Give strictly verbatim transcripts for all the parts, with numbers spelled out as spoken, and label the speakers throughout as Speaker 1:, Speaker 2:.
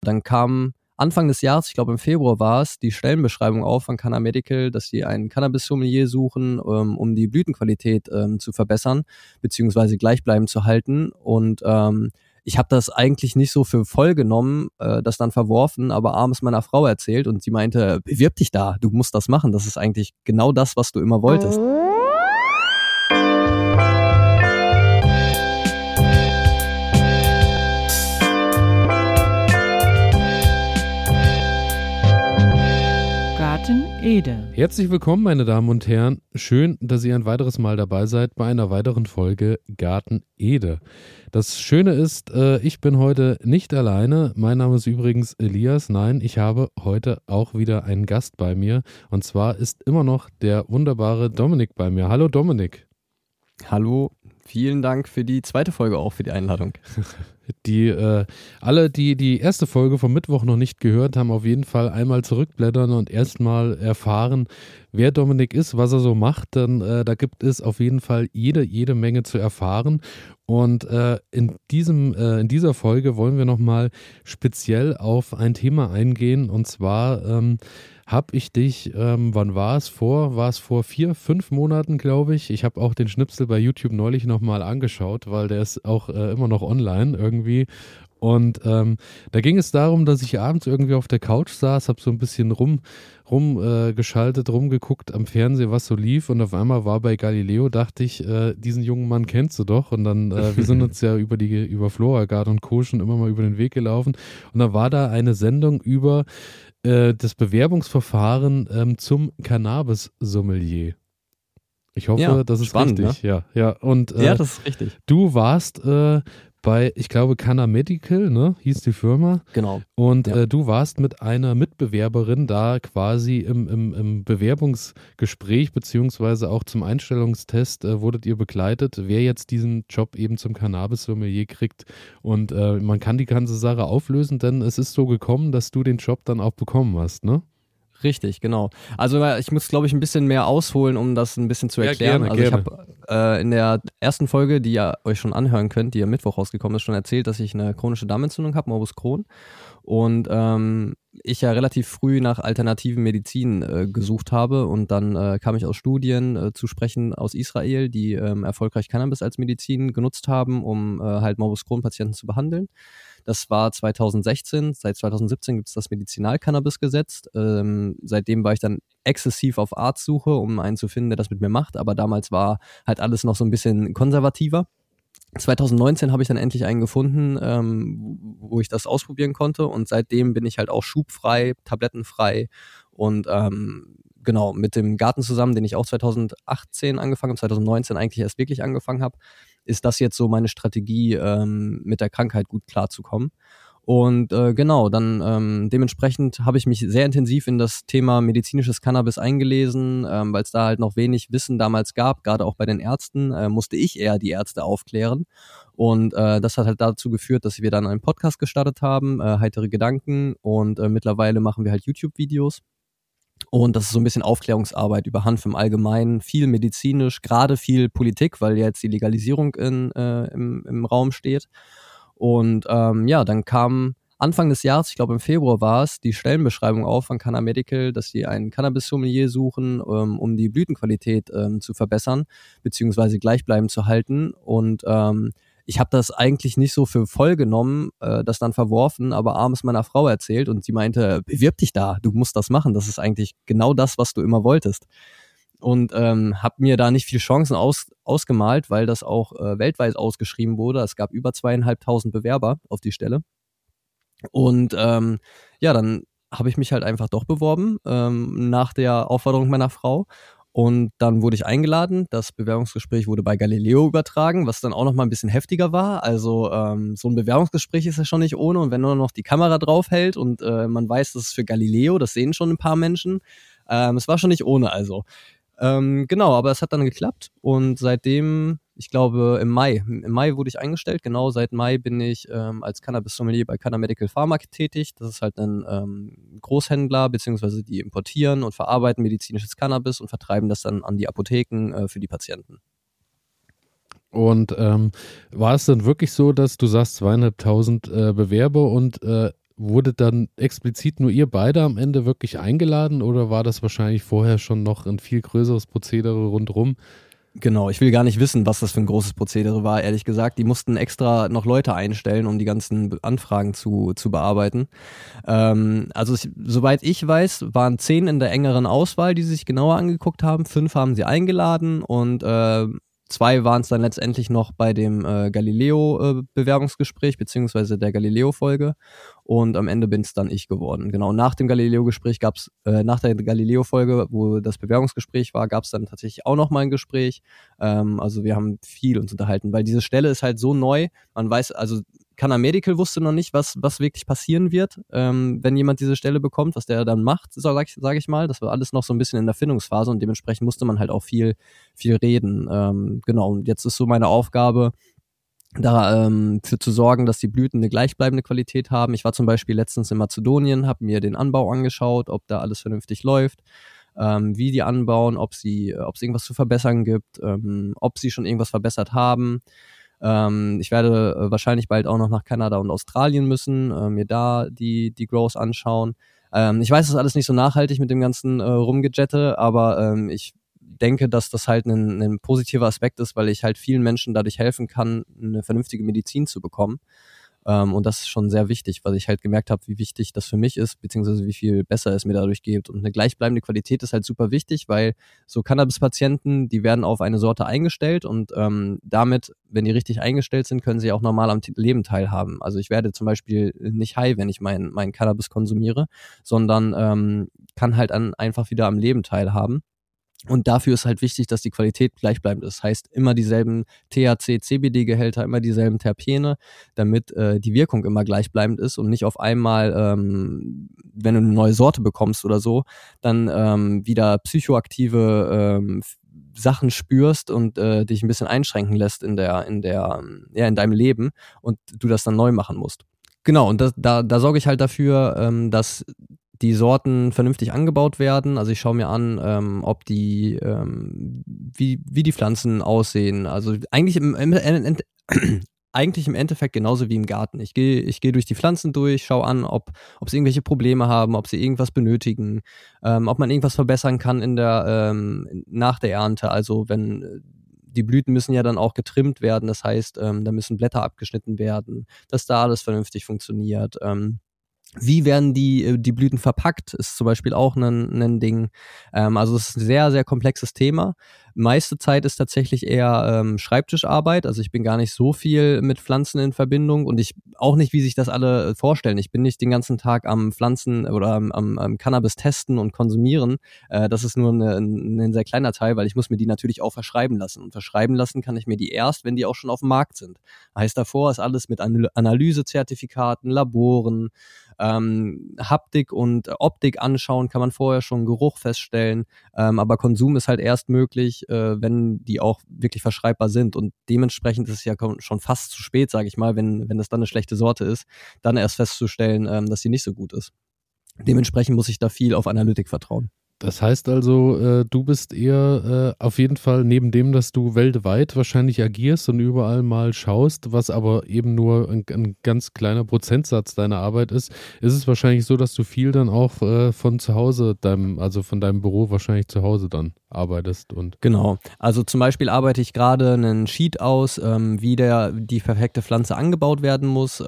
Speaker 1: dann kam Anfang des Jahres, ich glaube im Februar war es, die Stellenbeschreibung auf von Canna Medical, dass sie einen Cannabis-Sommelier suchen, ähm, um die Blütenqualität ähm, zu verbessern, beziehungsweise gleichbleibend zu halten. Und ähm, ich habe das eigentlich nicht so für voll genommen, äh, das dann verworfen, aber abends meiner Frau erzählt und sie meinte, bewirb dich da, du musst das machen, das ist eigentlich genau das, was du immer wolltest.
Speaker 2: Garten Ede.
Speaker 3: Herzlich willkommen, meine Damen und Herren. Schön, dass ihr ein weiteres Mal dabei seid bei einer weiteren Folge Garten Ede. Das Schöne ist, äh, ich bin heute nicht alleine. Mein Name ist übrigens Elias. Nein, ich habe heute auch wieder einen Gast bei mir. Und zwar ist immer noch der wunderbare Dominik bei mir. Hallo Dominik.
Speaker 1: Hallo, vielen Dank für die zweite Folge auch, für die Einladung.
Speaker 3: Die äh, alle, die die erste Folge vom Mittwoch noch nicht gehört haben, auf jeden Fall einmal zurückblättern und erstmal erfahren, wer Dominik ist, was er so macht. Denn äh, da gibt es auf jeden Fall jede, jede Menge zu erfahren. Und äh, in diesem, äh, in dieser Folge wollen wir nochmal speziell auf ein Thema eingehen. Und zwar ähm, habe ich dich, ähm, wann war es vor? War es vor vier, fünf Monaten, glaube ich. Ich habe auch den Schnipsel bei YouTube neulich nochmal angeschaut, weil der ist auch äh, immer noch online irgendwie. Und ähm, da ging es darum, dass ich abends irgendwie auf der Couch saß, habe so ein bisschen rum, rum äh, geschaltet, rumgeguckt am Fernseher, was so lief. Und auf einmal war bei Galileo, dachte ich, äh, diesen jungen Mann kennst du doch. Und dann, äh, wir sind uns ja über die über Floragard und Co. schon immer mal über den Weg gelaufen. Und dann war da eine Sendung über äh, das Bewerbungsverfahren ähm, zum Cannabis-Sommelier. Ich hoffe,
Speaker 1: Ja,
Speaker 3: das ist
Speaker 1: spannend,
Speaker 3: richtig. Ne? Ja, ja. Und äh,
Speaker 1: ja, das ist richtig.
Speaker 3: du warst äh, bei, ich glaube, Canna Medical, ne, hieß die Firma.
Speaker 1: Genau.
Speaker 3: Und
Speaker 1: Ja.
Speaker 3: äh, du warst mit einer Mitbewerberin da quasi im, im, im Bewerbungsgespräch beziehungsweise auch zum Einstellungstest äh, wurdet ihr begleitet, wer jetzt diesen Job eben zum Cannabis-Sommelier kriegt. Und äh, man kann die ganze Sache auflösen, denn es ist so gekommen, dass du den Job dann auch bekommen hast, ne?
Speaker 1: Richtig, genau. Also ich muss, glaube ich, ein bisschen mehr ausholen, um das ein bisschen zu erklären.
Speaker 3: Ja, gerne,
Speaker 1: also ich
Speaker 3: gerne.
Speaker 1: habe äh, in der ersten Folge, die ihr euch schon anhören könnt, die am Mittwoch rausgekommen ist, schon erzählt, dass ich eine chronische Darmentzündung habe, Morbus Crohn. Und ähm, ich ja relativ früh nach alternativen Medizin äh, gesucht habe und dann äh, kam ich aus Studien äh, zu sprechen aus Israel, die ähm, erfolgreich Cannabis als Medizin genutzt haben, um äh, halt Morbus Crohn-Patienten zu behandeln. Das war zweitausendsechzehn. Seit zweitausendsiebzehn gibt es das Medizinal-Cannabis-Gesetz. Ähm, seitdem war ich dann exzessiv auf Arztsuche, um einen zu finden, der das mit mir macht. Aber damals war halt alles noch so ein bisschen konservativer. zweitausendneunzehn habe ich dann endlich einen gefunden, ähm, wo ich das ausprobieren konnte. Und seitdem bin ich halt auch schubfrei, tablettenfrei und ähm, genau, mit dem Garten zusammen, den ich auch zweitausendachtzehn angefangen habe, zweitausendneunzehn eigentlich erst wirklich angefangen habe, ist das jetzt so meine Strategie, ähm, mit der Krankheit gut klarzukommen. Und äh, genau, dann ähm, dementsprechend habe ich mich sehr intensiv in das Thema medizinisches Cannabis eingelesen, ähm, weil es da halt noch wenig Wissen damals gab, gerade auch bei den Ärzten, äh, musste ich eher die Ärzte aufklären. Und äh, das hat halt dazu geführt, dass wir dann einen Podcast gestartet haben, äh, Heitere Gedanken, und äh, mittlerweile machen wir halt YouTube-Videos. Und das ist so ein bisschen Aufklärungsarbeit über Hanf im Allgemeinen, viel medizinisch, gerade viel Politik, weil jetzt die Legalisierung in, äh, im, im Raum steht. Und ähm, ja, dann kam Anfang des Jahres, ich glaube im Februar war es, die Stellenbeschreibung auf von Canna Medical, dass sie einen Cannabis-Sommelier suchen, ähm, um die Blütenqualität ähm, zu verbessern, beziehungsweise gleichbleibend zu halten. Und ähm, ich habe das eigentlich nicht so für voll genommen, äh, das dann verworfen, aber abends meiner Frau erzählt und sie meinte, bewirb dich da, du musst das machen, das ist eigentlich genau das, was du immer wolltest. Und ähm, habe mir da nicht viel Chancen aus, ausgemalt, weil das auch äh, weltweit ausgeschrieben wurde. Es gab über zweieinhalbtausend Bewerber auf die Stelle. Und ähm, ja, dann habe ich mich halt einfach doch beworben, ähm, nach der Aufforderung meiner Frau. Und dann wurde ich eingeladen. Das Bewerbungsgespräch wurde bei Galileo übertragen, was dann auch noch mal ein bisschen heftiger war. Also ähm, so ein Bewerbungsgespräch ist ja schon nicht ohne. Und wenn nur noch die Kamera draufhält und äh, man weiß, das ist für Galileo, das sehen schon ein paar Menschen. Ähm, es war schon nicht ohne, also. Ähm, genau, aber es hat dann geklappt. Und seitdem, ich glaube im Mai, im Mai wurde ich eingestellt. Genau, seit Mai bin ich ähm, als Cannabis-Sommelier bei Canna Medical Pharma tätig. Das ist halt ein ähm, Großhändler, beziehungsweise die importieren und verarbeiten medizinisches Cannabis und vertreiben das dann an die Apotheken äh, für die Patienten.
Speaker 3: Und ähm, war es dann wirklich so, dass du sagst, zweieinhalbtausend äh, Bewerber und äh, wurde dann explizit nur ihr beide am Ende wirklich eingeladen oder war das wahrscheinlich vorher schon noch ein viel größeres Prozedere rundherum?
Speaker 1: Genau, ich will gar nicht wissen, was das für ein großes Prozedere war, ehrlich gesagt. Die mussten extra noch Leute einstellen, um die ganzen Anfragen zu, zu bearbeiten. Ähm, also ich, soweit ich weiß, waren zehn in der engeren Auswahl, die sich genauer angeguckt haben. Fünf haben sie eingeladen und äh, zwei waren es dann letztendlich noch bei dem äh, Galileo-Bewerbungsgespräch, beziehungsweise der Galileo-Folge. Und am Ende bin es dann ich geworden. Genau, nach dem Galileo-Gespräch gab es, äh, nach der Galileo-Folge, wo das Bewerbungsgespräch war, gab es dann tatsächlich auch nochmal ein Gespräch. Ähm, also wir haben viel uns unterhalten, weil diese Stelle ist halt so neu. Man weiß, also Canna Medical wusste noch nicht, was, was wirklich passieren wird, ähm, wenn jemand diese Stelle bekommt, was der dann macht, sage ich, sag ich mal. Das war alles noch so ein bisschen in der Findungsphase und dementsprechend musste man halt auch viel, viel reden. Ähm, genau, und jetzt ist so meine Aufgabe, da ähm, für zu sorgen, dass die Blüten eine gleichbleibende Qualität haben. Ich war zum Beispiel letztens in Mazedonien, habe mir den Anbau angeschaut, ob da alles vernünftig läuft, ähm, wie die anbauen, ob sie, ob es irgendwas zu verbessern gibt, ähm, ob sie schon irgendwas verbessert haben. Ähm, ich werde äh, wahrscheinlich bald auch noch nach Kanada und Australien müssen, äh, mir da die, die Growth anschauen. Ähm, ich weiß, das ist alles nicht so nachhaltig mit dem ganzen äh, Rumgejette, aber ähm, ich denke, dass das halt ein, ein positiver Aspekt ist, weil ich halt vielen Menschen dadurch helfen kann, eine vernünftige Medizin zu bekommen. Ähm, und das ist schon sehr wichtig, weil ich halt gemerkt habe, wie wichtig das für mich ist, beziehungsweise wie viel besser es mir dadurch geht. Und eine gleichbleibende Qualität ist halt super wichtig, weil so Cannabis-Patienten, die werden auf eine Sorte eingestellt und ähm, damit, wenn die richtig eingestellt sind, können sie auch normal am Leben teilhaben. Also ich werde zum Beispiel nicht high, wenn ich mein, mein Cannabis konsumiere, sondern ähm, kann halt an, einfach wieder am Leben teilhaben. Und dafür ist halt wichtig, dass die Qualität gleichbleibend ist. Das heißt, immer dieselben T H C, C B D-Gehälter, immer dieselben Terpene, damit äh, die Wirkung immer gleichbleibend ist und nicht auf einmal, ähm, wenn du eine neue Sorte bekommst oder so, dann ähm, wieder psychoaktive ähm, Sachen spürst und äh, dich ein bisschen einschränken lässt in der, in der, ja, in deinem Leben und du das dann neu machen musst. Genau, und das, da, da sorge ich halt dafür, ähm, dass die Sorten vernünftig angebaut werden. Also ich schaue mir an, ähm, ob die, ähm, wie, wie die Pflanzen aussehen. Also eigentlich im, im, im, eigentlich im Endeffekt genauso wie im Garten. Ich gehe ich gehe durch die Pflanzen durch, schaue an, ob, ob sie irgendwelche Probleme haben, ob sie irgendwas benötigen, ähm, ob man irgendwas verbessern kann in der, ähm, nach der Ernte. Also wenn die Blüten müssen ja dann auch getrimmt werden. Das heißt, ähm, da müssen Blätter abgeschnitten werden, dass da alles vernünftig funktioniert. Ähm, Wie werden die, die Blüten verpackt, ist zum Beispiel auch ein, ein Ding. Ähm, also es ist ein sehr, sehr komplexes Thema. Meiste Zeit ist tatsächlich eher ähm, Schreibtischarbeit. Also ich bin gar nicht so viel mit Pflanzen in Verbindung und ich auch nicht, wie sich das alle vorstellen. Ich bin nicht den ganzen Tag am Pflanzen oder am, am, am Cannabis testen und konsumieren. Äh, das ist nur eine, ein sehr kleiner Teil, weil ich muss mir die natürlich auch verschreiben lassen. Und verschreiben lassen kann ich mir die erst, wenn die auch schon auf dem Markt sind. Heißt, davor ist alles mit Analysezertifikaten, Laboren, Ähm, Haptik und Optik anschauen, kann man vorher schon Geruch feststellen, ähm, aber Konsum ist halt erst möglich, äh, wenn die auch wirklich verschreibbar sind und dementsprechend ist es ja schon fast zu spät, sage ich mal, wenn wenn das dann eine schlechte Sorte ist, dann erst festzustellen, ähm, dass sie nicht so gut ist. Dementsprechend muss ich da viel auf Analytik vertrauen.
Speaker 3: Das heißt also, äh, du bist eher äh, auf jeden Fall neben dem, dass du weltweit wahrscheinlich agierst und überall mal schaust, was aber eben nur ein, ein ganz kleiner Prozentsatz deiner Arbeit ist, ist es wahrscheinlich so, dass du viel dann auch äh, von zu Hause, deinem, also von deinem Büro wahrscheinlich zu Hause dann arbeitest und
Speaker 1: Genau. Also zum Beispiel arbeite ich gerade einen Sheet aus, ähm, wie der, die perfekte Pflanze angebaut werden muss.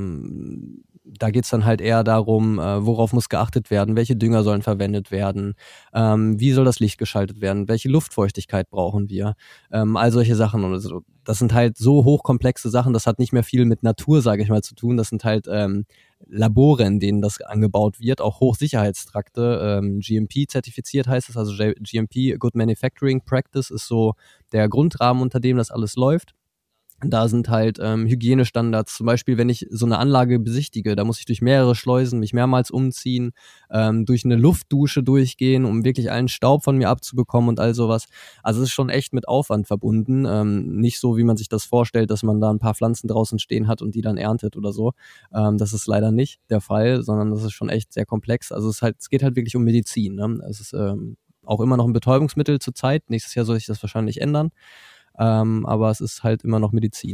Speaker 1: Ähm, da geht es dann halt eher darum, äh, worauf muss geachtet werden, welche Dünger sollen verwendet werden, ähm, wie soll das Licht geschaltet werden, welche Luftfeuchtigkeit brauchen wir, ähm, all solche Sachen. Und so. Das sind halt so hochkomplexe Sachen, das hat nicht mehr viel mit Natur, sage ich mal, zu tun. Das sind halt ähm, Labore, in denen das angebaut wird, auch Hochsicherheitstrakte, ähm, G M P-zertifiziert heißt es, also G M P, Good Manufacturing Practice, ist so der Grundrahmen, unter dem das alles läuft. Da sind halt ähm, Hygienestandards, zum Beispiel, wenn ich so eine Anlage besichtige, da muss ich durch mehrere Schleusen mich mehrmals umziehen, ähm, durch eine Luftdusche durchgehen, um wirklich allen Staub von mir abzubekommen und all sowas. Also es ist schon echt mit Aufwand verbunden, ähm, nicht so, wie man sich das vorstellt, dass man da ein paar Pflanzen draußen stehen hat und die dann erntet oder so. Ähm, das ist leider nicht der Fall, sondern das ist schon echt sehr komplex. Also es, ist halt, es geht halt wirklich um Medizin. Ne? Es ist ähm, auch immer noch ein Betäubungsmittel zurzeit. Nächstes Jahr soll sich das wahrscheinlich ändern. Ähm, aber es ist halt immer noch Medizin.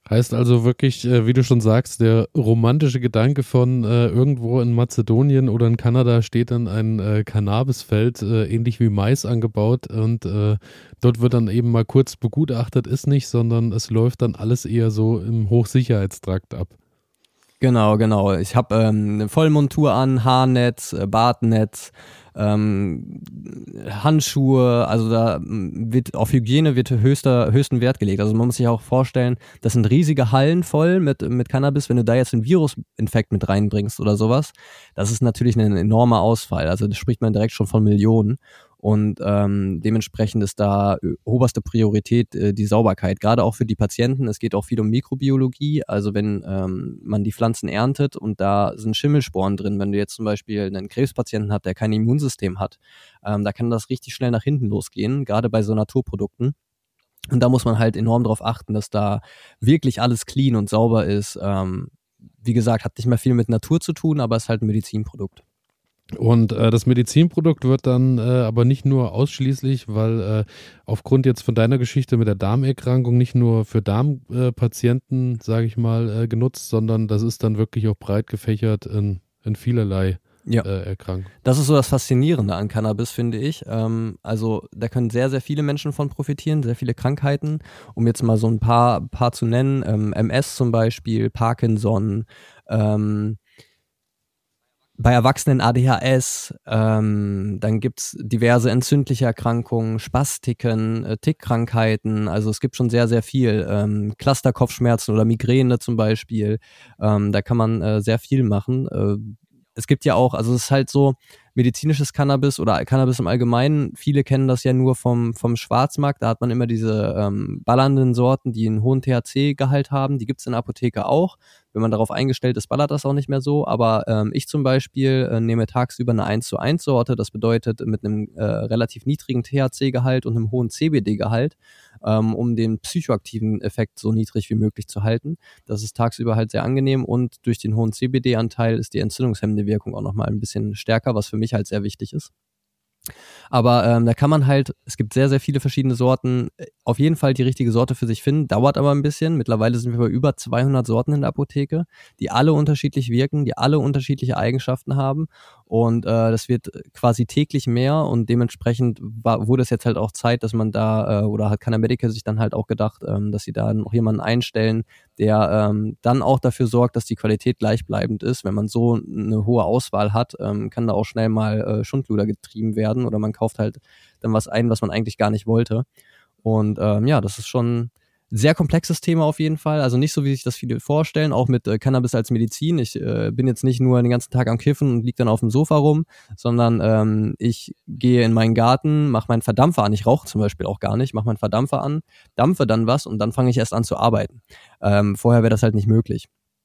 Speaker 3: Heißt also wirklich, äh, wie du schon sagst, der romantische Gedanke von äh, irgendwo in Mazedonien oder in Kanada steht dann ein äh, Cannabisfeld, äh, ähnlich wie Mais angebaut und äh, dort wird dann eben mal kurz begutachtet, ist nicht, sondern es läuft dann alles eher so im Hochsicherheitstrakt ab.
Speaker 1: Genau, genau. Ich habe ähm, eine Vollmontur an, Haarnetz, äh, Bartnetz, ähm, Handschuhe, also da wird auf Hygiene wird höchster, höchsten Wert gelegt. Also man muss sich auch vorstellen, das sind riesige Hallen voll mit, mit Cannabis. Wenn du da jetzt einen Virusinfekt mit reinbringst oder sowas, das ist natürlich ein enormer Ausfall. Also da spricht man direkt schon von Millionen. Und ähm, dementsprechend ist da oberste Priorität äh, die Sauberkeit, gerade auch für die Patienten. Es geht auch viel um Mikrobiologie, also wenn ähm, man die Pflanzen erntet und da sind Schimmelsporen drin, wenn du jetzt zum Beispiel einen Krebspatienten hast, der kein Immunsystem hat, ähm, da kann das richtig schnell nach hinten losgehen, gerade bei so Naturprodukten. Und da muss man halt enorm darauf achten, dass da wirklich alles clean und sauber ist. Ähm, wie gesagt, hat nicht mehr viel mit Natur zu tun, aber ist halt ein Medizinprodukt.
Speaker 3: Und äh, das Medizinprodukt wird dann äh, aber nicht nur ausschließlich, weil äh, aufgrund jetzt von deiner Geschichte mit der Darmerkrankung nicht nur für Darmpatienten, äh, sage ich mal, äh, genutzt, sondern das ist dann wirklich auch breit gefächert in, in vielerlei
Speaker 1: ja.
Speaker 3: äh, Erkrankungen.
Speaker 1: Das ist so das Faszinierende an Cannabis, finde ich. Ähm, also da können sehr, sehr viele Menschen von profitieren, sehr viele Krankheiten. Um jetzt mal so ein paar, paar zu nennen, ähm, M S zum Beispiel, Parkinson, ähm, bei Erwachsenen A D H S, ähm, dann gibt's diverse entzündliche Erkrankungen, Spastiken, äh, Tickkrankheiten, also es gibt schon sehr, sehr viel. Ähm, Clusterkopfschmerzen oder Migräne zum Beispiel, ähm, da kann man äh, sehr viel machen. Äh, es gibt ja auch, also es ist halt so, medizinisches Cannabis oder Cannabis im Allgemeinen, viele kennen das ja nur vom, vom Schwarzmarkt, da hat man immer diese ähm, ballernden Sorten, die einen hohen T H C-Gehalt haben, die gibt's in der Apotheke auch. Wenn man darauf eingestellt ist, ballert das auch nicht mehr so, aber ähm, ich zum Beispiel äh, nehme tagsüber eine eins zu eins Sorte, das bedeutet mit einem äh, relativ niedrigen T H C-Gehalt und einem hohen C B D-Gehalt, ähm, um den psychoaktiven Effekt so niedrig wie möglich zu halten. Das ist tagsüber halt sehr angenehm und durch den hohen C B D-Anteil ist die entzündungshemmende Wirkung auch nochmal ein bisschen stärker, was für mich halt sehr wichtig ist. Aber ähm, da kann man halt, es gibt sehr, sehr viele verschiedene Sorten, auf jeden Fall die richtige Sorte für sich finden, dauert aber ein bisschen. Mittlerweile sind wir bei über zweihundert Sorten in der Apotheke, die alle unterschiedlich wirken, die alle unterschiedliche Eigenschaften haben und äh, das wird quasi täglich mehr und dementsprechend war, wurde es jetzt halt auch Zeit, dass man da, äh, oder hat Cannamedica sich dann halt auch gedacht, ähm, dass sie da noch jemanden einstellen, der ähm, dann auch dafür sorgt, dass die Qualität gleichbleibend ist. Wenn man so eine hohe Auswahl hat, ähm, kann da auch schnell mal äh, Schundluder getrieben werden oder man kauft halt dann was ein, was man eigentlich gar nicht wollte. Und ähm, ja, das ist schon ein sehr komplexes Thema auf jeden Fall. Also nicht so, wie sich das viele vorstellen, auch mit äh, Cannabis als Medizin. Ich äh, bin jetzt nicht nur den ganzen Tag am Kiffen und liege dann auf dem Sofa rum, sondern ähm, ich gehe in meinen Garten, mache meinen Verdampfer an. Ich rauche zum Beispiel auch gar nicht, mache meinen Verdampfer an, dampfe dann was und dann fange ich erst an zu arbeiten. Ähm, vorher wäre das halt nicht möglich.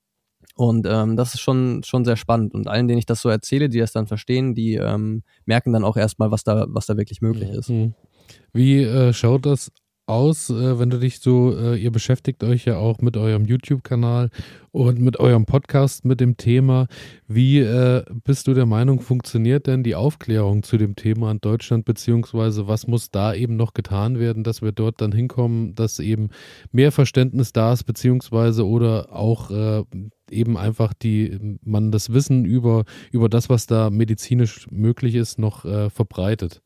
Speaker 1: Und ähm, das ist schon schon sehr spannend. Und allen, denen ich das so erzähle, die das dann verstehen, die ähm, merken dann auch erstmal, was da, was da wirklich möglich ist.
Speaker 3: Wie äh, schaut das aus, äh, wenn du dich so, äh, ihr beschäftigt euch ja auch mit eurem YouTube-Kanal und mit eurem Podcast mit dem Thema. Wie äh, bist du der Meinung, funktioniert denn die Aufklärung zu dem Thema in Deutschland, beziehungsweise was muss da eben noch getan werden, dass wir dort dann hinkommen, dass eben mehr Verständnis da ist, beziehungsweise oder auch äh, eben einfach die, man das Wissen über, über das, was da medizinisch möglich ist, noch äh, verbreitet?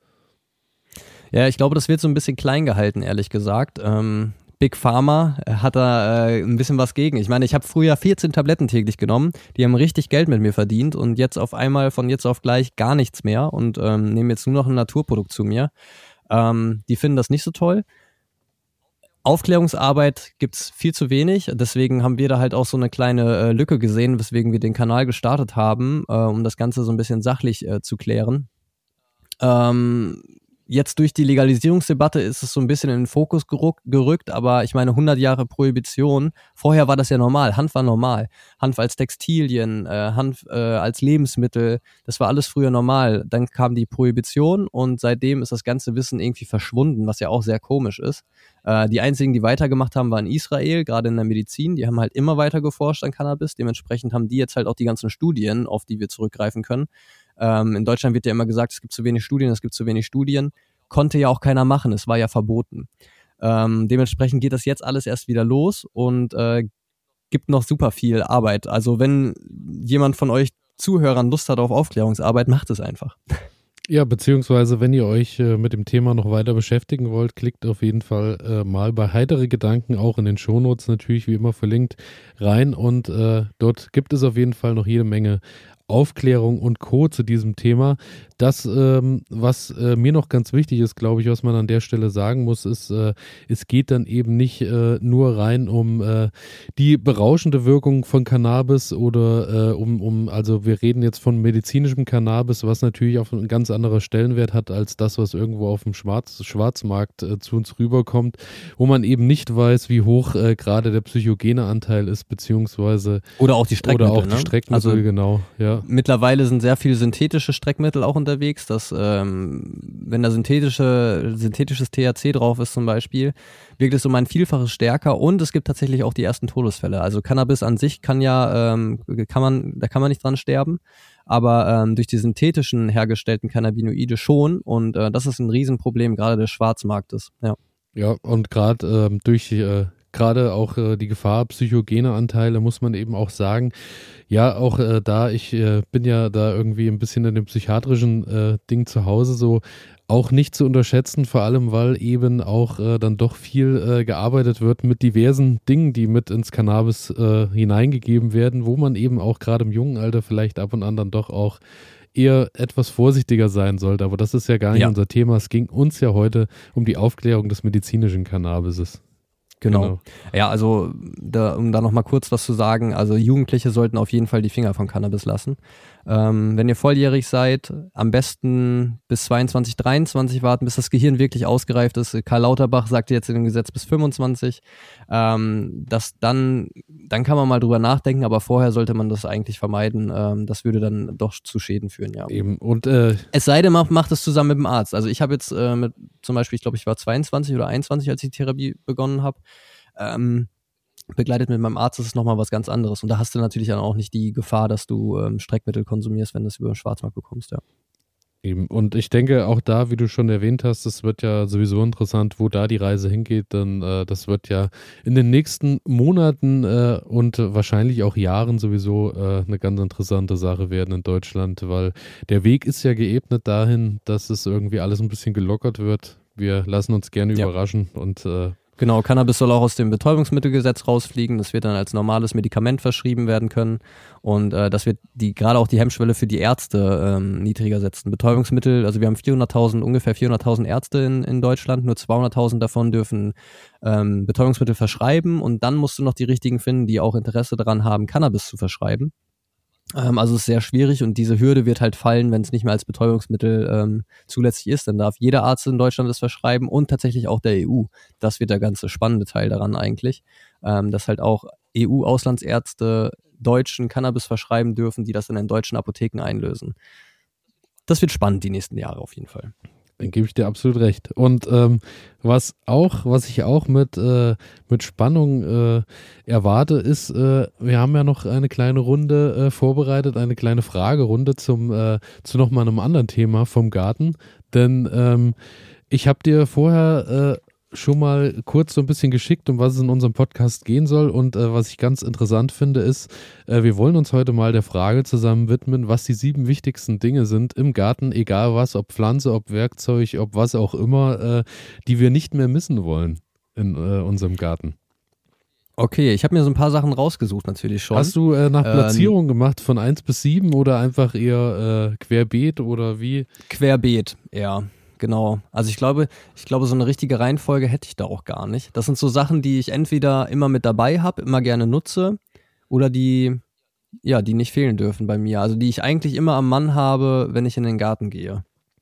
Speaker 1: Ja, ich glaube, das wird so ein bisschen klein gehalten, ehrlich gesagt. Ähm, Big Pharma hat da äh, ein bisschen was gegen. Ich meine, ich habe früher vierzehn Tabletten täglich genommen, die haben richtig Geld mit mir verdient und jetzt auf einmal von jetzt auf gleich gar nichts mehr und ähm, nehmen jetzt nur noch ein Naturprodukt zu mir. Ähm, die finden das nicht so toll. Aufklärungsarbeit gibt's viel zu wenig, deswegen haben wir da halt auch so eine kleine äh, Lücke gesehen, weswegen wir den Kanal gestartet haben, äh, um das Ganze so ein bisschen sachlich äh, zu klären. Ähm, Jetzt durch die Legalisierungsdebatte ist es so ein bisschen in den Fokus gerückt, aber ich meine hundert Jahre Prohibition, vorher war das ja normal, Hanf war normal, Hanf als Textilien, äh, Hanf äh, als Lebensmittel, das war alles früher normal. Dann kam die Prohibition und seitdem ist das ganze Wissen irgendwie verschwunden, was ja auch sehr komisch ist. Äh, die einzigen, die weitergemacht haben, waren Israel, gerade in der Medizin, die haben halt immer weiter geforscht an Cannabis, dementsprechend haben die jetzt halt auch die ganzen Studien, auf die wir zurückgreifen können. Ähm, in Deutschland wird ja immer gesagt, es gibt zu wenig Studien, es gibt zu wenig Studien. Konnte ja auch keiner machen, es war ja verboten. Ähm, dementsprechend geht das jetzt alles erst wieder los und äh, gibt noch super viel Arbeit. Also wenn jemand von euch Zuhörern Lust hat auf Aufklärungsarbeit, macht es einfach.
Speaker 3: Ja, beziehungsweise wenn ihr euch äh, mit dem Thema noch weiter beschäftigen wollt, klickt auf jeden Fall äh, mal bei Heitere Gedanken, auch in den Shownotes natürlich wie immer verlinkt, rein und äh, dort gibt es auf jeden Fall noch jede Menge Aufklärung und Co. zu diesem Thema. Das, ähm, was äh, mir noch ganz wichtig ist, glaube ich, was man an der Stelle sagen muss, ist, äh, es geht dann eben nicht äh, nur rein um äh, die berauschende Wirkung von Cannabis oder äh, um, um, also wir reden jetzt von medizinischem Cannabis, was natürlich auf einen ganz anderen Stellenwert hat als das, was irgendwo auf dem Schwarz, Schwarzmarkt äh, zu uns rüberkommt, wo man eben nicht weiß, wie hoch äh, gerade der psychogene Anteil ist, beziehungsweise
Speaker 1: oder auch die Streckmittel.
Speaker 3: Oder auch die Streckmittel,
Speaker 1: also,
Speaker 3: genau, ja.
Speaker 1: Mittlerweile sind sehr viele synthetische Streckmittel auch unterwegs, dass ähm, wenn da synthetische, synthetisches T H C drauf ist zum Beispiel, wirkt es um ein Vielfaches stärker und es gibt tatsächlich auch die ersten Todesfälle. Also Cannabis an sich kann ja, ähm, kann man, da kann man nicht dran sterben, aber ähm, durch die synthetischen hergestellten Cannabinoide schon und äh, das ist ein Riesenproblem gerade des Schwarzmarktes. Ja,
Speaker 3: ja und gerade ähm, durch äh Gerade auch äh, die Gefahr psychogene Anteile, muss man eben auch sagen. Ja, auch äh, da, ich äh, bin ja da irgendwie ein bisschen in dem psychiatrischen äh, Ding zu Hause, so auch nicht zu unterschätzen, vor allem, weil eben auch äh, dann doch viel äh, gearbeitet wird mit diversen Dingen, die mit ins Cannabis äh, hineingegeben werden, wo man eben auch gerade im jungen Alter vielleicht ab und an dann doch auch eher etwas vorsichtiger sein sollte. Aber das ist ja gar nicht ja. unser Thema. Es ging uns ja heute um die Aufklärung des medizinischen Cannabises.
Speaker 1: Genau. genau. Ja, also da, um da nochmal kurz was zu sagen, also Jugendliche sollten auf jeden Fall die Finger von Cannabis lassen. Ähm, wenn ihr volljährig seid, am besten bis zweiundzwanzig, dreiundzwanzig warten, bis das Gehirn wirklich ausgereift ist. Karl Lauterbach sagt jetzt in dem Gesetz bis fünfundzwanzig. Ähm, das dann, dann kann man mal drüber nachdenken, aber vorher sollte man das eigentlich vermeiden. Ähm, das würde dann doch zu Schäden führen, ja.
Speaker 3: Eben. Und äh,
Speaker 1: es sei denn, man macht es zusammen mit dem Arzt. Also ich habe jetzt äh, mit, zum Beispiel, ich glaube, ich war zweiundzwanzig oder einundzwanzig, als ich die Therapie begonnen habe. Ähm, begleitet mit meinem Arzt ist es nochmal was ganz anderes. Und da hast du natürlich dann auch nicht die Gefahr, dass du ähm, Streckmittel konsumierst, wenn du es über den Schwarzmarkt bekommst, ja.
Speaker 3: Eben. Und ich denke auch da, wie du schon erwähnt hast, es wird ja sowieso interessant, wo da die Reise hingeht, denn äh, das wird ja in den nächsten Monaten äh, und wahrscheinlich auch Jahren sowieso äh, eine ganz interessante Sache werden in Deutschland, weil der Weg ist ja geebnet dahin, dass es irgendwie alles ein bisschen gelockert wird. Wir lassen uns gerne ja. überraschen und äh,
Speaker 1: Genau, Cannabis soll auch aus dem Betäubungsmittelgesetz rausfliegen. Das wird dann als normales Medikament verschrieben werden können. Und äh, das wird die gerade auch die Hemmschwelle für die Ärzte ähm, niedriger setzen. Betäubungsmittel, also wir haben vierhunderttausend, ungefähr vierhunderttausend Ärzte in, in Deutschland. Nur zweihunderttausend davon dürfen ähm, Betäubungsmittel verschreiben. Und dann musst du noch die richtigen finden, die auch Interesse daran haben, Cannabis zu verschreiben. Ähm, also es ist sehr schwierig und diese Hürde wird halt fallen, wenn es nicht mehr als Betäubungsmittel ähm, zulässig ist. Dann darf jeder Arzt in Deutschland es verschreiben und tatsächlich auch der E U. Das wird der ganze spannende Teil daran eigentlich, ähm, dass halt auch E U-Auslandsärzte Deutschen Cannabis verschreiben dürfen, die das dann in deutschen Apotheken einlösen. Das wird spannend die nächsten Jahre auf jeden Fall.
Speaker 3: Dann gebe ich dir absolut recht. Und ähm, was auch, was ich auch mit, äh, mit Spannung äh, erwarte, ist, äh, wir haben ja noch eine kleine Runde äh, vorbereitet, eine kleine Fragerunde zum, äh, zu nochmal einem anderen Thema vom Garten. Denn ähm, ich habe dir vorher äh, schon mal kurz so ein bisschen geschickt, um was es in unserem Podcast gehen soll. Und äh, was ich ganz interessant finde, ist, äh, wir wollen uns heute mal der Frage zusammen widmen, was die sieben wichtigsten Dinge sind im Garten, egal was, ob Pflanze, ob Werkzeug, ob was auch immer, äh, die wir nicht mehr missen wollen in äh, unserem Garten.
Speaker 1: Okay, ich habe mir so ein paar Sachen rausgesucht natürlich schon.
Speaker 3: Hast du äh, nach Platzierung ähm, gemacht von eins bis sieben oder einfach eher äh, querbeet oder wie?
Speaker 1: Querbeet, ja. Genau, also ich glaube, ich glaube, so eine richtige Reihenfolge hätte ich da auch gar nicht. Das sind so Sachen, die ich entweder immer mit dabei habe, immer gerne nutze oder die, ja, die nicht fehlen dürfen bei mir. Also die ich eigentlich immer am Mann habe, wenn ich in den Garten gehe.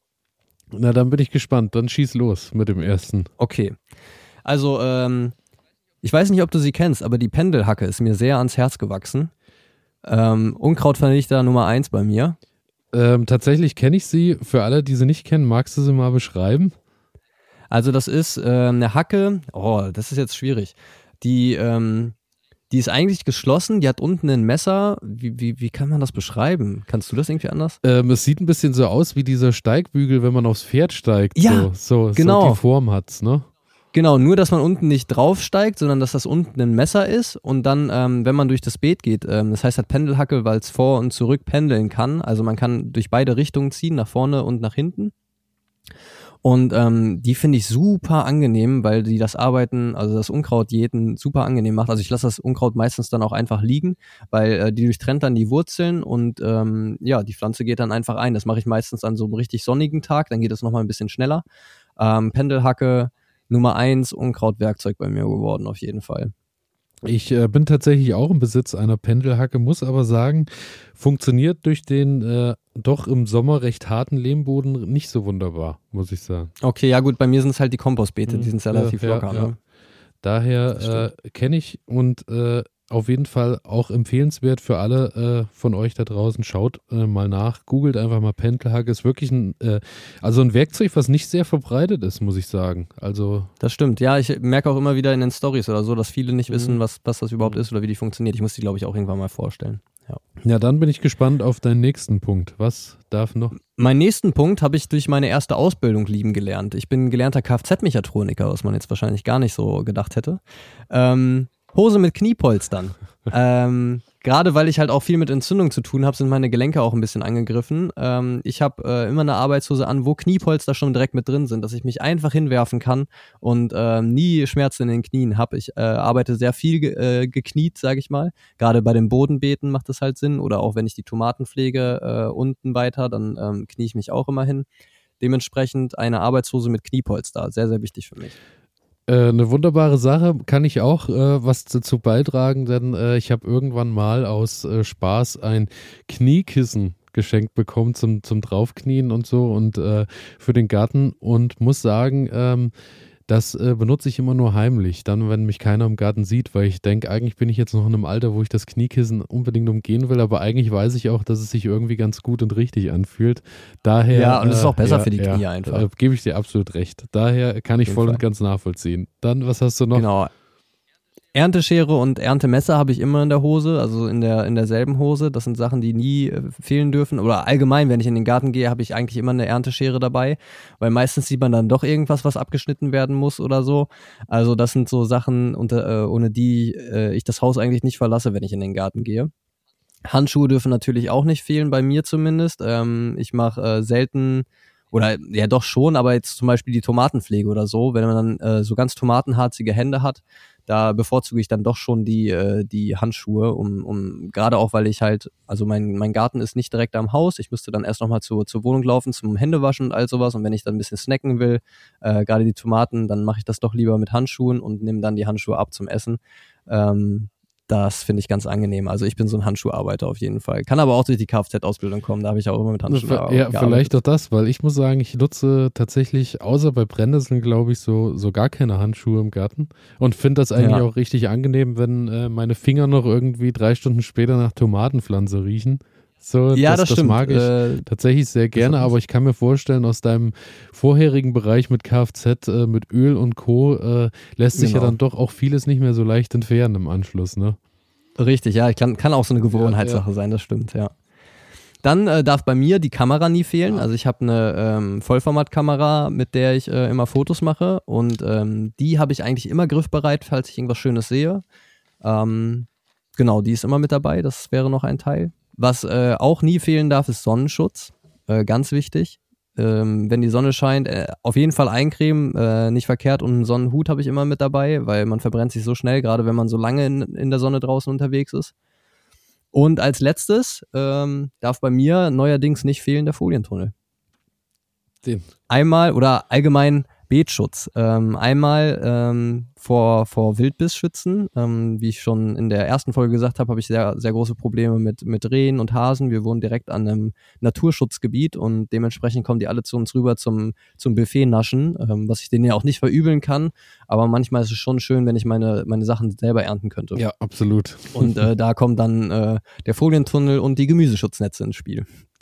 Speaker 3: Na, dann bin ich gespannt. Dann schieß los mit dem ersten.
Speaker 1: Okay, also ähm, ich weiß nicht, ob du sie kennst, aber die Pendelhacke ist mir sehr ans Herz gewachsen. Ähm, Unkrautvernichter Nummer eins bei mir.
Speaker 3: Ähm, tatsächlich kenne ich sie. Für alle, die sie nicht kennen, magst du sie mal beschreiben?
Speaker 1: Also das ist äh, eine Hacke, oh, das ist jetzt schwierig. Die, ähm, die ist eigentlich geschlossen, die hat unten ein Messer. Wie, wie, wie kann man das beschreiben? Kannst du das irgendwie anders?
Speaker 3: Ähm, es sieht ein bisschen so aus wie dieser Steigbügel, wenn man aufs Pferd steigt.
Speaker 1: Ja,
Speaker 3: so, so,
Speaker 1: genau.
Speaker 3: So die Form hat's, ne?
Speaker 1: Genau, nur dass man unten nicht draufsteigt, sondern dass das unten ein Messer ist und dann, ähm, wenn man durch das Beet geht, ähm, das heißt halt Pendelhacke, weil es vor und zurück pendeln kann, also man kann durch beide Richtungen ziehen, nach vorne und nach hinten. Und ähm, die finde ich super angenehm, weil die das Arbeiten, also das Unkrautjäten super angenehm macht. Also ich lasse das Unkraut meistens dann auch einfach liegen, weil äh, die durchtrennt dann die Wurzeln und ähm, ja, die Pflanze geht dann einfach ein. Das mache ich meistens an so einem richtig sonnigen Tag, dann geht es nochmal ein bisschen schneller. Ähm, Pendelhacke Nummer eins Unkrautwerkzeug bei mir geworden, auf jeden Fall.
Speaker 3: Ich äh, bin tatsächlich auch im Besitz einer Pendelhacke, muss aber sagen, funktioniert durch den äh, doch im Sommer recht harten Lehmboden nicht so wunderbar, muss ich sagen.
Speaker 1: Okay, ja gut, bei mir sind es halt die Kompostbeete, die sind
Speaker 3: ja,
Speaker 1: relativ
Speaker 3: ja,
Speaker 1: locker.
Speaker 3: Ja.
Speaker 1: Ne?
Speaker 3: Daher äh, kenne ich und äh, auf jeden Fall auch empfehlenswert für alle äh, von euch da draußen. Schaut äh, mal nach, googelt einfach mal Pendelhacke. Ist wirklich ein, äh, also ein Werkzeug, was nicht sehr verbreitet ist, muss ich sagen. Also
Speaker 1: das stimmt, ja, ich merke auch immer wieder in den Storys oder so, dass viele nicht
Speaker 3: Mhm.
Speaker 1: wissen, was, was das überhaupt ist oder wie die funktioniert. Ich muss die, glaube ich, auch irgendwann mal vorstellen. Ja.
Speaker 3: Ja, dann bin ich gespannt auf deinen nächsten Punkt. Was darf noch?
Speaker 1: Meinen nächsten Punkt habe ich durch meine erste Ausbildung lieben gelernt. Ich bin gelernter Kfz-Mechatroniker, was man jetzt wahrscheinlich gar nicht so gedacht hätte. Ähm, Hose mit Kniepolstern. ähm, Gerade weil ich halt auch viel mit Entzündung zu tun habe, sind meine Gelenke auch ein bisschen angegriffen. Ähm, ich habe äh, immer eine Arbeitshose an, wo Kniepolster schon direkt mit drin sind, dass ich mich einfach hinwerfen kann und äh, nie Schmerzen in den Knien habe. Ich äh, arbeite sehr viel ge äh, gekniet, sage ich mal. Gerade bei den Bodenbeeten macht das halt Sinn. Oder auch wenn ich die Tomaten pflege äh, unten weiter, dann ähm, knie ich mich auch immer hin. Dementsprechend eine Arbeitshose mit Kniepolster. Sehr, sehr wichtig für mich.
Speaker 3: Äh, eine wunderbare Sache, kann ich auch äh, was dazu beitragen, denn äh, ich habe irgendwann mal aus äh, Spaß ein Kniekissen geschenkt bekommen zum, zum Draufknien und so und äh, für den Garten und muss sagen, ähm, das äh, benutze ich immer nur heimlich, dann wenn mich keiner im Garten sieht, weil ich denke, eigentlich bin ich jetzt noch in einem Alter, wo ich das Kniekissen unbedingt umgehen will, aber eigentlich weiß ich auch, dass es sich irgendwie ganz gut und richtig anfühlt. Daher,
Speaker 1: ja, und es ist auch besser
Speaker 3: äh,
Speaker 1: für die
Speaker 3: ja,
Speaker 1: Knie
Speaker 3: ja,
Speaker 1: einfach.
Speaker 3: Äh, gebe ich dir absolut recht. Daher kann ich voll
Speaker 1: Fall.
Speaker 3: und ganz nachvollziehen. Dann, was hast du noch?
Speaker 1: Genau. Ernteschere und Erntemesser habe ich immer in der Hose, also in der in derselben Hose. Das sind Sachen, die nie äh, fehlen dürfen. Oder allgemein, wenn ich in den Garten gehe, habe ich eigentlich immer eine Ernteschere dabei, weil meistens sieht man dann doch irgendwas, was abgeschnitten werden muss oder so. Also das sind so Sachen, unter, äh, ohne die äh, ich das Haus eigentlich nicht verlasse, wenn ich in den Garten gehe. Handschuhe dürfen natürlich auch nicht fehlen, bei mir zumindest. Ähm, ich mache äh, selten oder ja doch schon, aber jetzt zum Beispiel die Tomatenpflege oder so, wenn man dann äh, so ganz tomatenharzige Hände hat, da bevorzuge ich dann doch schon die, äh, die Handschuhe, um, um gerade auch, weil ich halt, also mein, mein Garten ist nicht direkt am Haus, ich müsste dann erst nochmal zur, zur Wohnung laufen, zum Händewaschen und all sowas und wenn ich dann ein bisschen snacken will, äh, gerade die Tomaten, dann mache ich das doch lieber mit Handschuhen und nehme dann die Handschuhe ab zum Essen. Ähm, Das finde ich ganz angenehm. Also ich bin so ein Handschuharbeiter auf jeden Fall. Kann aber auch durch die Kfz-Ausbildung kommen, da habe ich auch immer mit Handschuhen
Speaker 3: Ja,
Speaker 1: gearbeitet.
Speaker 3: vielleicht doch das, weil ich muss sagen, ich nutze tatsächlich, außer bei Brennnesseln, glaube ich, so, so gar keine Handschuhe im Garten und finde das eigentlich
Speaker 1: Ja.
Speaker 3: auch richtig angenehm, wenn äh, meine Finger noch irgendwie drei Stunden später nach Tomatenpflanze riechen. So,
Speaker 1: Ja,
Speaker 3: das,
Speaker 1: das
Speaker 3: das
Speaker 1: stimmt.
Speaker 3: mag ich
Speaker 1: Äh,
Speaker 3: tatsächlich sehr gerne, aber ich kann mir vorstellen, aus deinem vorherigen Bereich mit Kfz, äh, mit Öl und Co. Äh, lässt sich
Speaker 1: Genau.
Speaker 3: ja dann doch auch vieles nicht mehr so leicht entfernen im Anschluss, ne?
Speaker 1: Richtig, ja, ich kann, kann auch so eine Gewohnheitssache
Speaker 3: Ja, ja.
Speaker 1: sein, das stimmt, ja. Dann äh, darf bei mir die Kamera nie fehlen. Also ich habe eine ähm, Vollformatkamera, mit der ich äh, immer Fotos mache und ähm, die habe ich eigentlich immer griffbereit, falls ich irgendwas Schönes sehe. Ähm, genau, die ist immer mit dabei, das wäre noch ein Teil. Was äh, auch nie fehlen darf, ist Sonnenschutz, äh, ganz wichtig. Ähm, wenn die Sonne scheint, äh, auf jeden Fall eincremen, äh, nicht verkehrt und einen Sonnenhut habe ich immer mit dabei, weil man verbrennt sich so schnell, gerade wenn man so lange in, in der Sonne draußen unterwegs ist. Und als letztes ähm, darf bei mir neuerdings nicht fehlen der Folientunnel.
Speaker 3: Den.
Speaker 1: Einmal oder allgemein Beetschutz. Ähm, einmal ähm, vor, vor Wildbissschützen. Ähm, wie ich schon in der ersten Folge gesagt habe, habe ich sehr, sehr große Probleme mit, mit Rehen und Hasen. Wir wohnen direkt an einem Naturschutzgebiet und dementsprechend kommen die alle zu uns rüber zum, zum Buffet naschen, ähm, was ich denen ja auch nicht verübeln kann. Aber manchmal ist es schon schön, wenn ich meine, meine Sachen selber ernten könnte.
Speaker 3: Ja, absolut.
Speaker 1: Und äh, da kommt dann äh, der Folientunnel und die Gemüseschutznetze ins Spiel.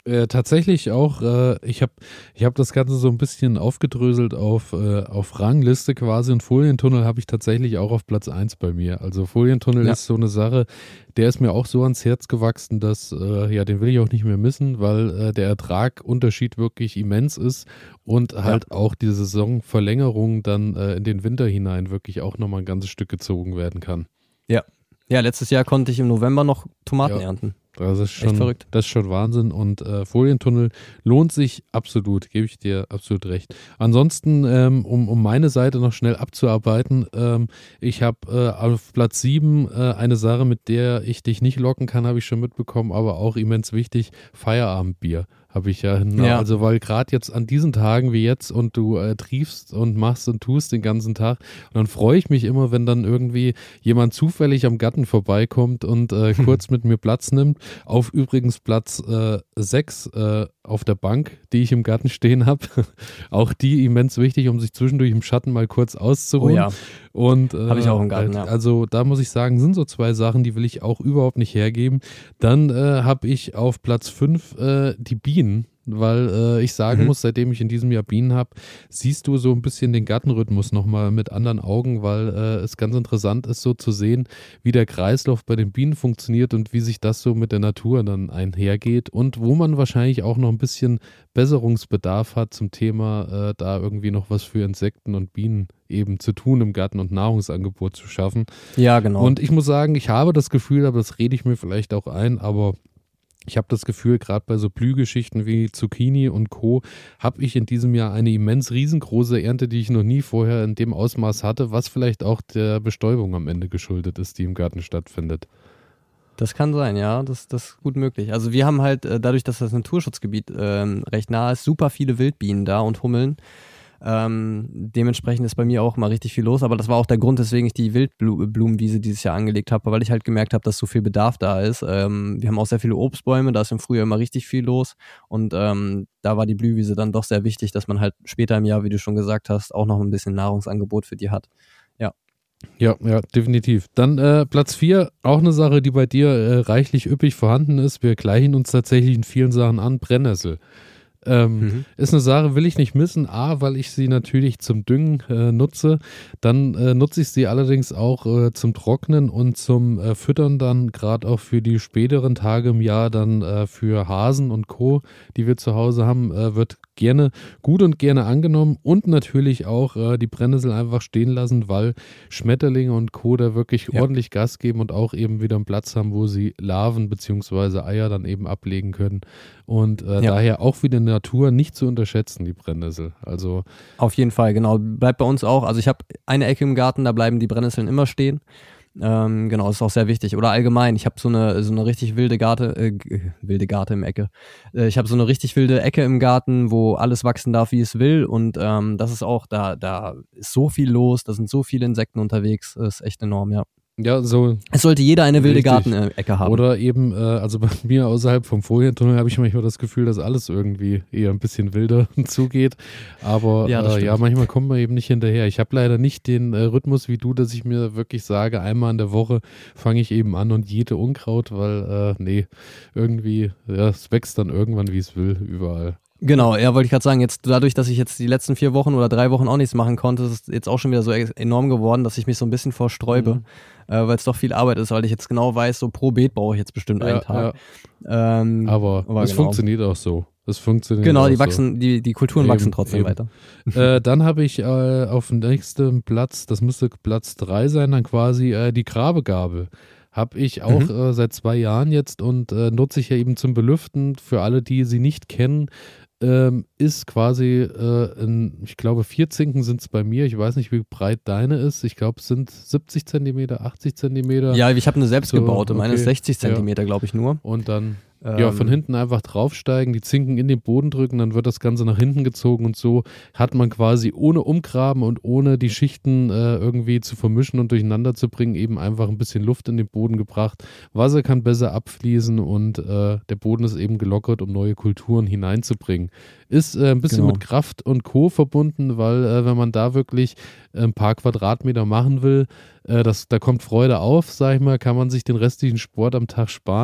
Speaker 3: Äh, tatsächlich auch, äh, ich habe ich hab das Ganze so ein bisschen aufgedröselt auf, äh, auf Rangliste quasi und Folientunnel habe ich tatsächlich auch auf Platz eins bei mir. Also Folientunnel
Speaker 1: Ja.
Speaker 3: ist so eine Sache, der ist mir auch so ans Herz gewachsen, dass, äh, ja, den will ich auch nicht mehr missen, weil äh, der Ertragunterschied wirklich immens ist und halt auch die Saisonverlängerung dann äh, in den Winter hinein wirklich auch nochmal ein ganzes Stück gezogen werden kann.
Speaker 1: Ja. Ja, letztes Jahr konnte ich im November noch Tomaten
Speaker 3: Ja.
Speaker 1: ernten.
Speaker 3: Das ist schon,
Speaker 1: Echt verrückt.
Speaker 3: das ist schon Wahnsinn und äh, Folientunnel lohnt sich absolut, gebe ich dir absolut recht. Ansonsten, ähm, um, um meine Seite noch schnell abzuarbeiten, ähm, ich habe äh, auf Platz sieben äh, eine Sache, mit der ich dich nicht locken kann, habe ich schon mitbekommen, aber auch immens wichtig, Feierabendbier. Habe ich ja, na,
Speaker 1: Ja.
Speaker 3: also weil gerade jetzt an diesen Tagen wie jetzt und du äh, triefst und machst und tust den ganzen Tag und dann freue ich mich immer, wenn dann irgendwie jemand zufällig am Garten vorbeikommt und äh, kurz mit mir Platz nimmt. Auf übrigens Platz äh, sechs äh, auf der Bank, die ich im Garten stehen habe. Auch die immens wichtig, um sich zwischendurch im Schatten mal kurz
Speaker 1: Oh
Speaker 3: auszuruhen.
Speaker 1: ja,
Speaker 3: Und äh,
Speaker 1: habe ich auch im Garten, ja.
Speaker 3: also da muss ich sagen, sind so zwei Sachen, die will ich auch überhaupt nicht hergeben. Dann äh, habe ich auf Platz fünf äh, die Bienen, weil äh, ich sagen
Speaker 1: Mhm.
Speaker 3: muss, seitdem ich in diesem Jahr Bienen habe, siehst du so ein bisschen den Gartenrhythmus nochmal mit anderen Augen, weil äh, es ganz interessant ist, so zu sehen, wie der Kreislauf bei den Bienen funktioniert und wie sich das so mit der Natur dann einhergeht und wo man wahrscheinlich auch noch ein bisschen Besserungsbedarf hat zum Thema, äh, da irgendwie noch was für Insekten und Bienen eben zu tun im Garten und Nahrungsangebot zu schaffen.
Speaker 1: Ja, genau.
Speaker 3: Und ich muss sagen, ich habe das Gefühl, aber das rede ich mir vielleicht auch ein, aber ich habe das Gefühl, gerade bei so Blühgeschichten wie Zucchini und Co. habe ich in diesem Jahr eine immens riesengroße Ernte, die ich noch nie vorher in dem Ausmaß hatte, was vielleicht auch der Bestäubung am Ende geschuldet ist, die im Garten stattfindet.
Speaker 1: Das kann sein, ja, das, das ist gut möglich. Also wir haben halt, äh, dadurch, dass das Naturschutzgebiet ähm, recht nah ist, super viele Wildbienen da und Hummeln. Ähm, dementsprechend ist bei mir auch mal richtig viel los, aber das war auch der Grund, weswegen ich die Wildblumenwiese dieses Jahr angelegt habe, weil ich halt gemerkt habe, dass so viel Bedarf da ist. Ähm, wir haben auch sehr viele Obstbäume, da ist im Frühjahr immer richtig viel los und ähm, da war die Blühwiese dann doch sehr wichtig, dass man halt später im Jahr, wie du schon gesagt hast, auch noch ein bisschen Nahrungsangebot für die hat. Ja.
Speaker 3: Ja, ja, definitiv. Dann äh, Platz vier, auch eine Sache, die bei dir äh, reichlich üppig vorhanden ist. Wir gleichen uns tatsächlich in vielen Sachen an. Brennnessel. Ähm,
Speaker 1: Mhm.
Speaker 3: Ist eine Sache, will ich nicht missen. A, weil ich sie natürlich zum Düngen äh, nutze. Dann äh, nutze ich sie allerdings auch äh, zum Trocknen und zum äh, Füttern dann, gerade auch für die späteren Tage im Jahr, dann äh, für Hasen und Co., die wir zu Hause haben, äh, wird gerne, gut und gerne angenommen und natürlich auch äh, die Brennnessel einfach stehen lassen, weil Schmetterlinge und Co. da wirklich
Speaker 1: Ja.
Speaker 3: ordentlich Gas geben und auch eben wieder einen Platz haben, wo sie Larven bzw. Eier dann eben ablegen können. Und äh,
Speaker 1: Ja.
Speaker 3: daher auch wieder Natur nicht zu unterschätzen, die Brennnessel. Also
Speaker 1: Auf jeden Fall, genau. Bleibt bei uns auch. Also ich habe eine Ecke im Garten, da bleiben die Brennnesseln immer stehen. Ähm, genau, das ist auch sehr wichtig. Oder allgemein, ich habe so eine, so eine richtig wilde Garte, äh, g- wilde Garte im Ecke. Äh, ich habe so eine richtig wilde Ecke im Garten, wo alles wachsen darf, wie es will. Und ähm, das ist auch, da, da ist so viel los, da sind so viele Insekten unterwegs. Das ist echt enorm, ja.
Speaker 3: ja, so
Speaker 1: Es sollte jeder eine wilde
Speaker 3: Richtig.
Speaker 1: Gartenecke haben.
Speaker 3: oder eben, äh, also bei mir außerhalb vom Folientunnel habe ich manchmal das Gefühl, dass alles irgendwie eher ein bisschen wilder zugeht. Aber
Speaker 1: Ja, das
Speaker 3: äh, ja,
Speaker 1: stimmt.
Speaker 3: manchmal kommt man eben nicht hinterher. Ich habe leider nicht den äh, Rhythmus wie du, dass ich mir wirklich sage, einmal in der Woche fange ich eben an und jede Unkraut, weil, äh, nee, irgendwie, ja, es wächst dann irgendwann, wie es will, überall.
Speaker 1: Genau, ja, wollte ich gerade sagen, jetzt dadurch, dass ich jetzt die letzten vier Wochen oder drei Wochen auch nichts machen konnte, ist es jetzt auch schon wieder so ex- enorm geworden, dass ich mich so ein bisschen vorsträube,
Speaker 3: Mhm.
Speaker 1: äh, weil es doch viel Arbeit ist, weil ich jetzt genau weiß, so pro Beet brauche ich jetzt bestimmt
Speaker 3: Ja,
Speaker 1: einen Tag. Ähm,
Speaker 3: Aber,
Speaker 1: aber
Speaker 3: es
Speaker 1: genau.
Speaker 3: funktioniert auch so. Es funktioniert
Speaker 1: Genau,
Speaker 3: auch
Speaker 1: die
Speaker 3: so.
Speaker 1: wachsen, die, die Kulturen
Speaker 3: Eben,
Speaker 1: wachsen trotzdem
Speaker 3: eben.
Speaker 1: weiter.
Speaker 3: äh, dann habe ich äh, auf dem nächsten Platz, das müsste Platz drei sein, dann quasi äh, die Grabegabel. Habe ich auch
Speaker 1: Mhm.
Speaker 3: äh, seit zwei Jahren jetzt und äh, nutze ich ja eben zum Belüften. Für alle, die sie nicht kennen, ähm, ist quasi, äh, in, ich glaube, vier Zinken sind es bei mir. Ich weiß nicht, wie breit deine ist. Ich glaube, es sind siebzig Zentimeter, achtzig Zentimeter.
Speaker 1: Ja, ich habe eine selbstgebaute,
Speaker 3: So,
Speaker 1: meine ist
Speaker 3: okay.
Speaker 1: sechzig Zentimeter, glaube ich nur.
Speaker 3: Und dann ja, von
Speaker 1: Ähm,
Speaker 3: hinten einfach draufsteigen, die Zinken in den Boden drücken, dann wird das Ganze nach hinten gezogen und so hat man quasi ohne Umgraben und ohne die Schichten äh, irgendwie zu vermischen und durcheinander zu bringen, eben einfach ein bisschen Luft in den Boden gebracht. Wasser kann besser abfließen und äh, der Boden ist eben gelockert, um neue Kulturen hineinzubringen. Ist äh, ein bisschen
Speaker 1: Genau.
Speaker 3: mit Kraft und Co. verbunden, weil äh, wenn man da wirklich ein paar Quadratmeter machen will, äh, das, da kommt Freude auf, sag ich mal, kann man sich den restlichen Sport am Tag sparen.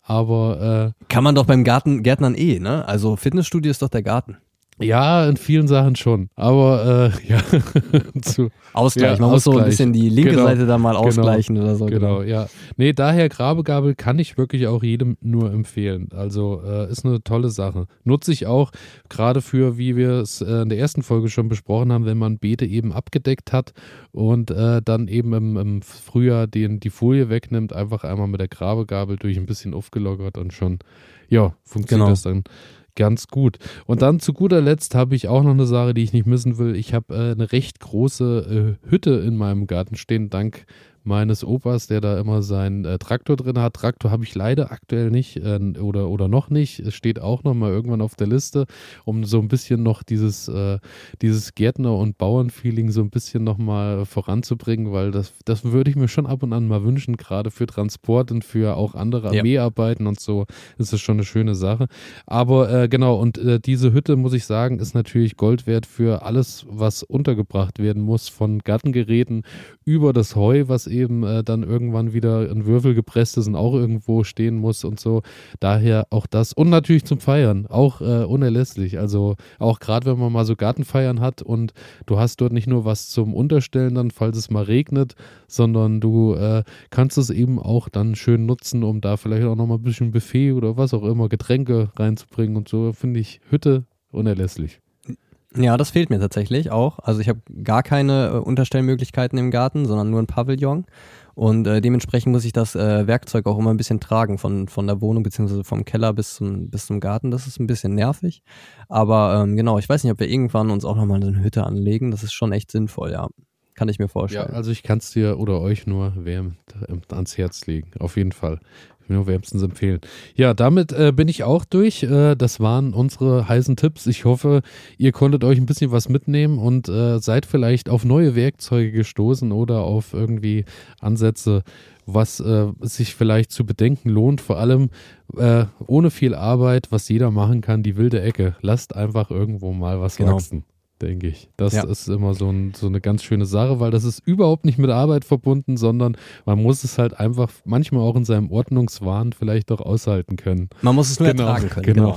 Speaker 3: Aber äh,
Speaker 1: kann man doch beim Garten Gärtnern eh, ne? Also Fitnessstudio ist doch der Garten.
Speaker 3: ja, in vielen Sachen schon. Aber äh, ja, zu,
Speaker 1: Ausgleich.
Speaker 3: Ja,
Speaker 1: man muss so ein
Speaker 3: Ausgleich.
Speaker 1: bisschen die linke
Speaker 3: Genau.
Speaker 1: Seite da mal
Speaker 3: Genau.
Speaker 1: ausgleichen oder so.
Speaker 3: Genau, ja. Nee, daher Grabegabel kann ich wirklich auch jedem nur empfehlen. Also äh, ist eine tolle Sache. Nutze ich auch gerade für, wie wir es äh, in der ersten Folge schon besprochen haben, wenn man Beete eben abgedeckt hat und äh, dann eben im, im Frühjahr den, die Folie wegnimmt, einfach einmal mit der Grabegabel durch ein bisschen aufgelockert und schon, ja, funktioniert
Speaker 1: Genau.
Speaker 3: das dann ganz gut. Und dann zu guter Letzt habe ich auch noch eine Sache, die ich nicht missen will. Ich habe äh, eine recht große äh, Hütte in meinem Garten stehen, dank meines Opas, der da immer seinen äh, Traktor drin hat. Traktor habe ich leider aktuell nicht äh, oder, oder noch nicht. Es steht auch noch mal irgendwann auf der Liste, um so ein bisschen noch dieses, äh, dieses Gärtner- und Bauernfeeling so ein bisschen noch mal voranzubringen, weil das, das würde ich mir schon ab und an mal wünschen, gerade für Transport und für auch andere
Speaker 1: Ja.
Speaker 3: Armeearbeiten und so ist das schon eine schöne Sache. Aber äh, genau, und äh, diese Hütte, muss ich sagen, ist natürlich Gold wert für alles, was untergebracht werden muss, von Gartengeräten über das Heu, was eben äh, dann irgendwann wieder in Würfel gepresst ist und auch irgendwo stehen muss und so. Daher auch das. Und natürlich zum Feiern, auch äh, unerlässlich. Also auch gerade, wenn man mal so Gartenfeiern hat und du hast dort nicht nur was zum Unterstellen dann, falls es mal regnet, sondern du äh, kannst es eben auch dann schön nutzen, um da vielleicht auch nochmal ein bisschen Buffet oder was auch immer, Getränke reinzubringen und so. Finde ich Hütte unerlässlich.
Speaker 1: Ja, das fehlt mir tatsächlich auch. Also ich habe gar keine äh, Unterstellmöglichkeiten im Garten, sondern nur ein Pavillon. Und äh, dementsprechend muss ich das äh, Werkzeug auch immer ein bisschen tragen, von, von der Wohnung beziehungsweise vom Keller bis zum, bis zum Garten. Das ist ein bisschen nervig. Aber ähm, genau, ich weiß nicht, ob wir irgendwann uns auch nochmal eine Hütte anlegen. Das ist schon echt sinnvoll, ja. Kann ich mir
Speaker 3: Ja,
Speaker 1: vorstellen.
Speaker 3: also ich kann es dir oder euch nur wärmend ans Herz legen. Auf jeden Fall. Ich will nur wärmstens empfehlen. Ja, damit äh, bin ich auch durch. Äh, das waren unsere heißen Tipps. Ich hoffe, ihr konntet euch ein bisschen was mitnehmen und äh, seid vielleicht auf neue Werkzeuge gestoßen oder auf irgendwie Ansätze, was äh, sich vielleicht zu bedenken lohnt. Vor allem äh, ohne viel Arbeit, was jeder machen kann, die wilde Ecke. Lasst einfach irgendwo mal was
Speaker 1: Genau.
Speaker 3: wachsen, denke ich. Das
Speaker 1: Ja.
Speaker 3: ist immer so, ein, so eine ganz schöne Sache, weil das ist überhaupt nicht mit Arbeit verbunden, sondern man muss es halt einfach manchmal auch in seinem Ordnungswahn vielleicht doch aushalten können.
Speaker 1: Man muss es nur
Speaker 3: Genau,
Speaker 1: ertragen können.
Speaker 3: genau.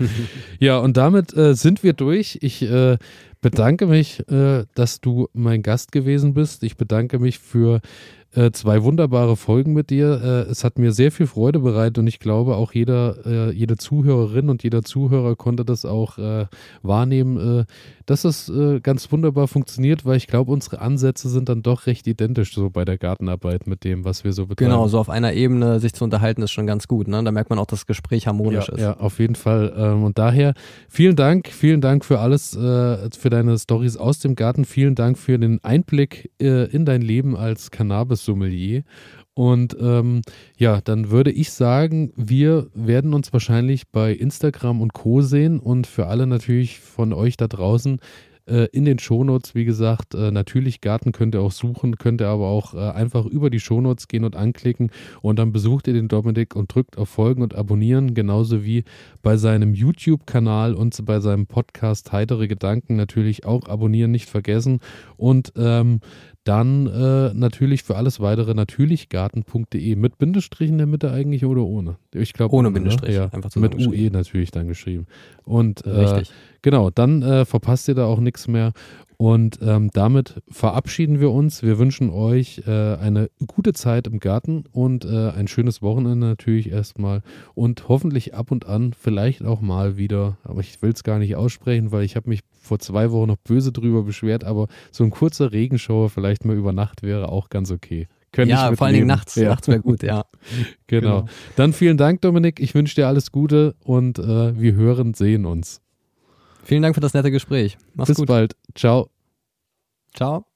Speaker 3: Ja, und damit äh, sind wir durch. Ich äh, bedanke mich, äh, dass du mein Gast gewesen bist. Ich bedanke mich für äh, zwei wunderbare Folgen mit dir. Äh, es hat mir sehr viel Freude bereitet und ich glaube auch jeder, äh, jede Zuhörerin und jeder Zuhörer konnte das auch äh, wahrnehmen, äh, dass es äh, ganz wunderbar funktioniert, weil ich glaube, unsere Ansätze sind dann doch recht identisch so bei der Gartenarbeit mit dem, was wir so betreiben.
Speaker 1: Genau, so auf einer Ebene sich zu unterhalten ist schon ganz gut. Ne? Da merkt man auch, dass das Gespräch harmonisch
Speaker 3: ja,
Speaker 1: ist.
Speaker 3: Ja, auf jeden Fall. Ähm, und daher vielen Dank, vielen Dank für alles, äh, für deine Storys aus dem Garten. Vielen Dank für den Einblick äh, in dein Leben als Cannabis-Sommelier. Und ähm, ja, dann würde ich sagen, wir werden uns wahrscheinlich bei Instagram und Co. sehen und für alle natürlich von euch da draußen äh, in den Shownotes, wie gesagt, äh, natürlich Garten könnt ihr auch suchen, könnt ihr aber auch äh, einfach über die Shownotes gehen und anklicken und dann besucht ihr den Dominik und drückt auf Folgen und Abonnieren, genauso wie bei seinem YouTube-Kanal und bei seinem Podcast Heitere Gedanken natürlich auch abonnieren, nicht vergessen und ähm, dann äh, natürlich für alles weitere natürlich garten punkt de mit Bindestrich in der Mitte eigentlich oder ohne? Ich glaube
Speaker 1: Ohne
Speaker 3: ne?
Speaker 1: Bindestrich,
Speaker 3: Ja,
Speaker 1: einfach
Speaker 3: mit U E
Speaker 1: zusammengeschrieben.
Speaker 3: natürlich dann geschrieben. Und äh,
Speaker 1: Richtig.
Speaker 3: genau, dann äh, verpasst ihr da auch nichts mehr. Und ähm, damit verabschieden wir uns. Wir wünschen euch äh, eine gute Zeit im Garten und äh, ein schönes Wochenende natürlich erstmal und hoffentlich ab und an vielleicht auch mal wieder, aber ich will es gar nicht aussprechen, weil ich habe mich vor zwei Wochen noch böse drüber beschwert, aber so ein kurzer Regenschauer vielleicht mal über Nacht wäre auch ganz okay. Könnte ich
Speaker 1: Ja,
Speaker 3: mit
Speaker 1: vor allen Dingen
Speaker 3: leben.
Speaker 1: nachts.
Speaker 3: Ja.
Speaker 1: Nachts wäre gut, ja.
Speaker 3: Genau.
Speaker 1: Genau.
Speaker 3: Dann vielen Dank, Dominik. Ich wünsche dir alles Gute und äh, wir hören, sehen uns.
Speaker 1: Vielen Dank für das nette Gespräch. Mach's
Speaker 3: Bis
Speaker 1: gut.
Speaker 3: bald. Ciao.
Speaker 1: Ciao.